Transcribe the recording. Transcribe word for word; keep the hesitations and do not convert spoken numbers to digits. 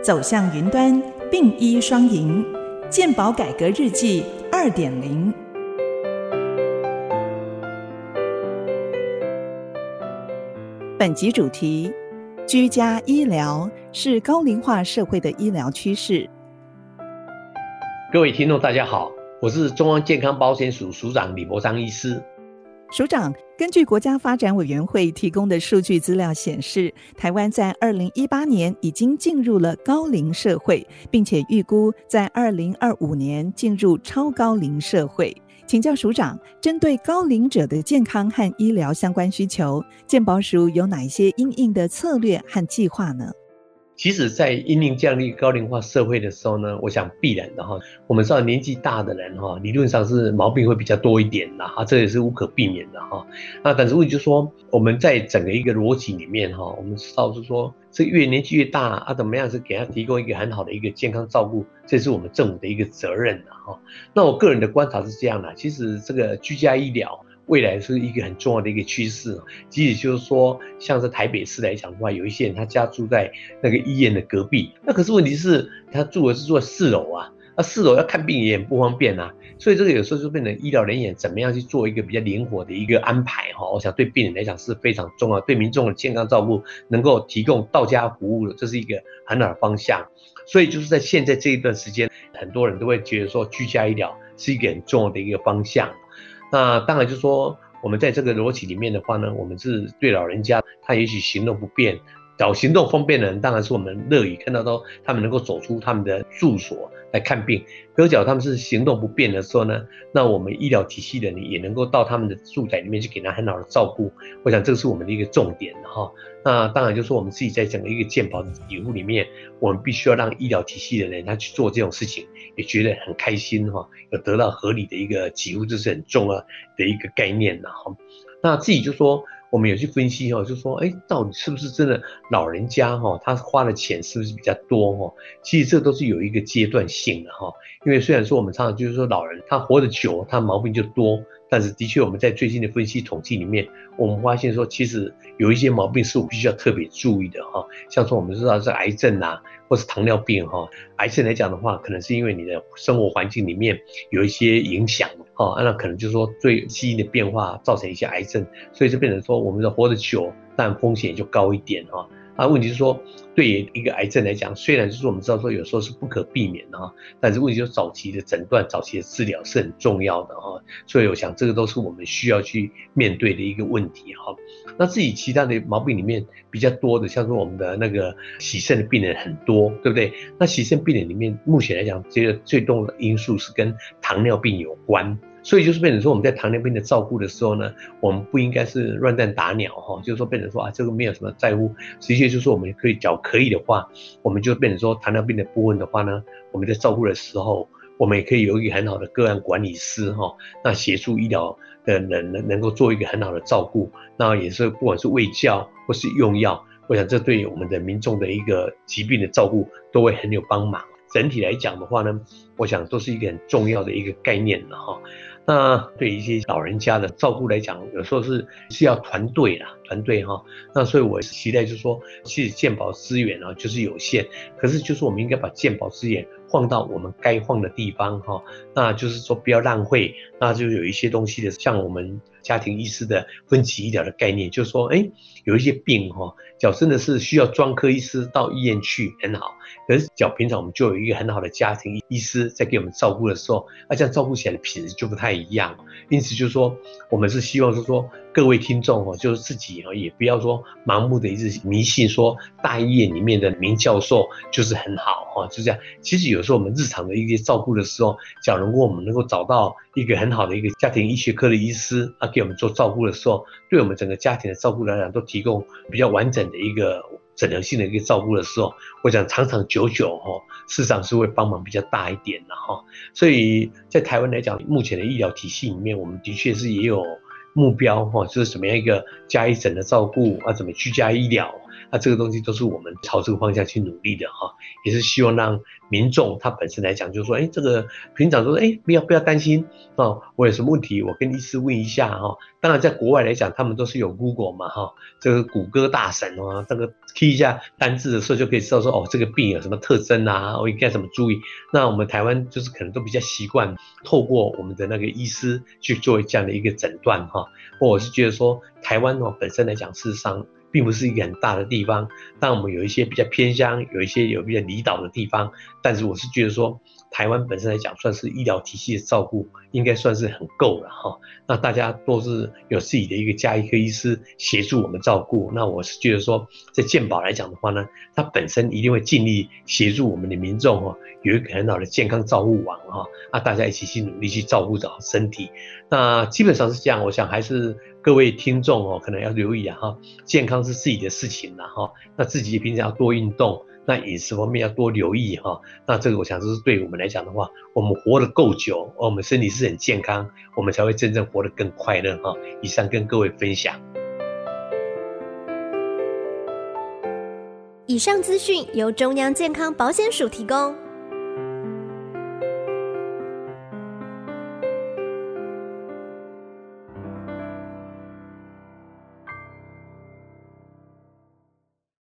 走向云端，并医双赢，健保改革日记 二点零。本集主题：居家医疗是高龄化社会的医疗趋势。 各位听众大家好，我是中央健康保险署署长李伯璋医师。 署长，根据国家发展委员会提供的数据资料显示，台湾在二零一八年已经进入了高龄社会，并且预估在二零二五年进入超高龄社会。请教署长，针对高龄者的健康和医疗相关需求，健保署有哪一些因应的策略和计划呢？ 其实在因应这样的一个高龄化社会的时候呢，我想必然的哈，我们知道年纪大的人哈，理论上是毛病会比较多一点的哈，这也是无可避免的哈。那但是问题就是说，我们在整个一个逻辑里面哈，我们知道是说，这越年纪越大啊，怎么样是给他提供一个很好的一个健康照顾，这是我们政府的一个责任的哈。那我个人的观察是这样的，其实这个居家医疗未来是一个很重要的一个趋势，即使就是说，像是台北市来讲的话，有一些人他家住在那个医院的隔壁，那可是问题是，他住的是住在四楼啊，那四楼要看病也很不方便啊，所以这个有时候就变成医疗人员怎么样去做一个比较灵活的一个安排哈，我想对病人来讲是非常重要，对民众的健康照顾能够提供到家服务的，这是一个很好的方向。所以就是在现在这一段时间，很多人都会觉得说，居家医疗是一个很重要的一个方向。那当然就是说，我们在这个逻辑里面的话呢，我们是对老人家，他也许行动不便，找行动方便的人，当然是我们乐于看到到他们能够走出他们的住所来看病。可是假如他们是行动不便的时候呢，那我们医疗体系的人也能够到他们的住宅里面去给他很好的照顾。我想这是我们的一个重点哈。那当然就是说，我们自己在整个一个健保的给付里面，我们必须要让医疗体系的人他去做这种事情，也觉得很开心哈，有得到合理的一个给付，这是很重要的一个概念哈。那自己就说，我们有去分析哈，就说，哎，到底是不是真的老人家哈，他花的钱是不是比较多哈？其实这都是有一个阶段性的哈。因为虽然说我们常常就是说老人他活得久，他毛病就多，但是的确我们在最近的分析统计里面，我们发现说，其实有一些毛病是我们必须要特别注意的哈。像说我们知道是癌症啊，或是糖尿病哈。癌症来讲的话，可能是因为你的生活环境里面有一些影响哈，那可能就是说对基因的变化造成一些癌症，所以就变成说我们的活得久，但风险就高一点哈。啊，问题是说，对于一个癌症来讲，虽然就是我们知道说有时候是不可避免的哈，但是问题就是早期的诊断、早期的治疗是很重要的哈。所以我想这个都是我们需要去面对的一个问题哈。那自己其他的毛病里面比较多的，像说我们的那个洗肾的病人很多，对不对？那洗肾病人里面，目前来讲，这个最重要的因素是跟糖尿病有关。所以就是变成说，我们在糖尿病的照顾的时候呢，我们不应该是乱弹打鸟哈，就是说变成说啊，这个没有什么在乎。的确就是说，我们可以，只要可以的话，我们就变成说糖尿病的部分的话呢，我们在照顾的时候，我们也可以有一个很好的个案管理师哈，那协助医疗的人能能够做一个很好的照顾，那也是不管是卫教或是用药，我想这对我们的民众的一个疾病的照顾都会很有帮忙。整体来讲的话呢，我想都是一个很重要的一个概念了哈。那对一些老人家的照顾来讲，有时候是是要团队啦，团队哈。那所以我期待就是说，其实健保资源啊就是有限，可是就是我们应该把健保资源放到我们该放的地方哈。那就是说不要浪费，那就有一些东西的，像我们家庭医师的分级医疗的概念，就是说，哎，有一些病哈，脚真的是需要专科医师到医院去很好，可是脚平常我们就有一个很好的家庭医师在给我们照顾的时候，那这样照顾起来的品质就不太一样。因此就是说，我们是希望是说各位听众哦，就是自己哦，也不要说盲目的一直迷信说大医院里面的名教授就是很好哈，就这样。其实有时候我们日常的一些照顾的时候，假如我们能够找到一个很好的一个家庭医学科的医师啊，给我们做照顾的时候，对我们整个家庭的照顾来讲，都提供比较完整的一个整合性的一个照顾的时候，我想长长久久哈，事实上是会帮忙比较大一点的哈。所以在台湾来讲，目前的医疗体系里面，我们的确是也有目标哈，就是什么样一个家医诊的照顾啊，怎么居家医疗， 那这个东西都是我们朝这个方向去努力的哈，也是希望让民众他本身来讲，就是说，哎，这个平常说，哎，不要不要担心哦，我有什么问题，我跟医师问一下哈。当然，在国外来讲，他们都是有 Google 嘛哈，这个谷歌大神啊，这个 key 一下单字的时候就可以知道说，哦，这个病有什么特征啊，我应该怎么注意。那我们台湾就是可能都比较习惯透过我们的那个医师去做这样的一个诊断哈。我是觉得说，台湾哦本身来讲，事实上并不是一个很大的地方，但我们有一些比较偏乡，有一些有比较离岛的地方，但是我是觉得说，台湾本身来讲，算是医疗体系的照顾应该算是很够了哈。那大家都是有自己的一个家医科医师协助我们照顾，那我是觉得说，在健保来讲的话呢，它本身一定会尽力协助我们的民众哦，有一个很好的健康照护网哈，那大家一起去努力去照顾好身体。那基本上是这样，我想还是各位听众哦，可能要留意啊哈，健康是自己的事情啦哈，那自己平常要多运动。那饮食方面要多留意哈，那这个我想这是对我们来讲的话，我们活得够久，我们身体是很健康，我们才会真正活得更快乐哈。以上跟各位分享。 以上资讯由中央健康保险署提供。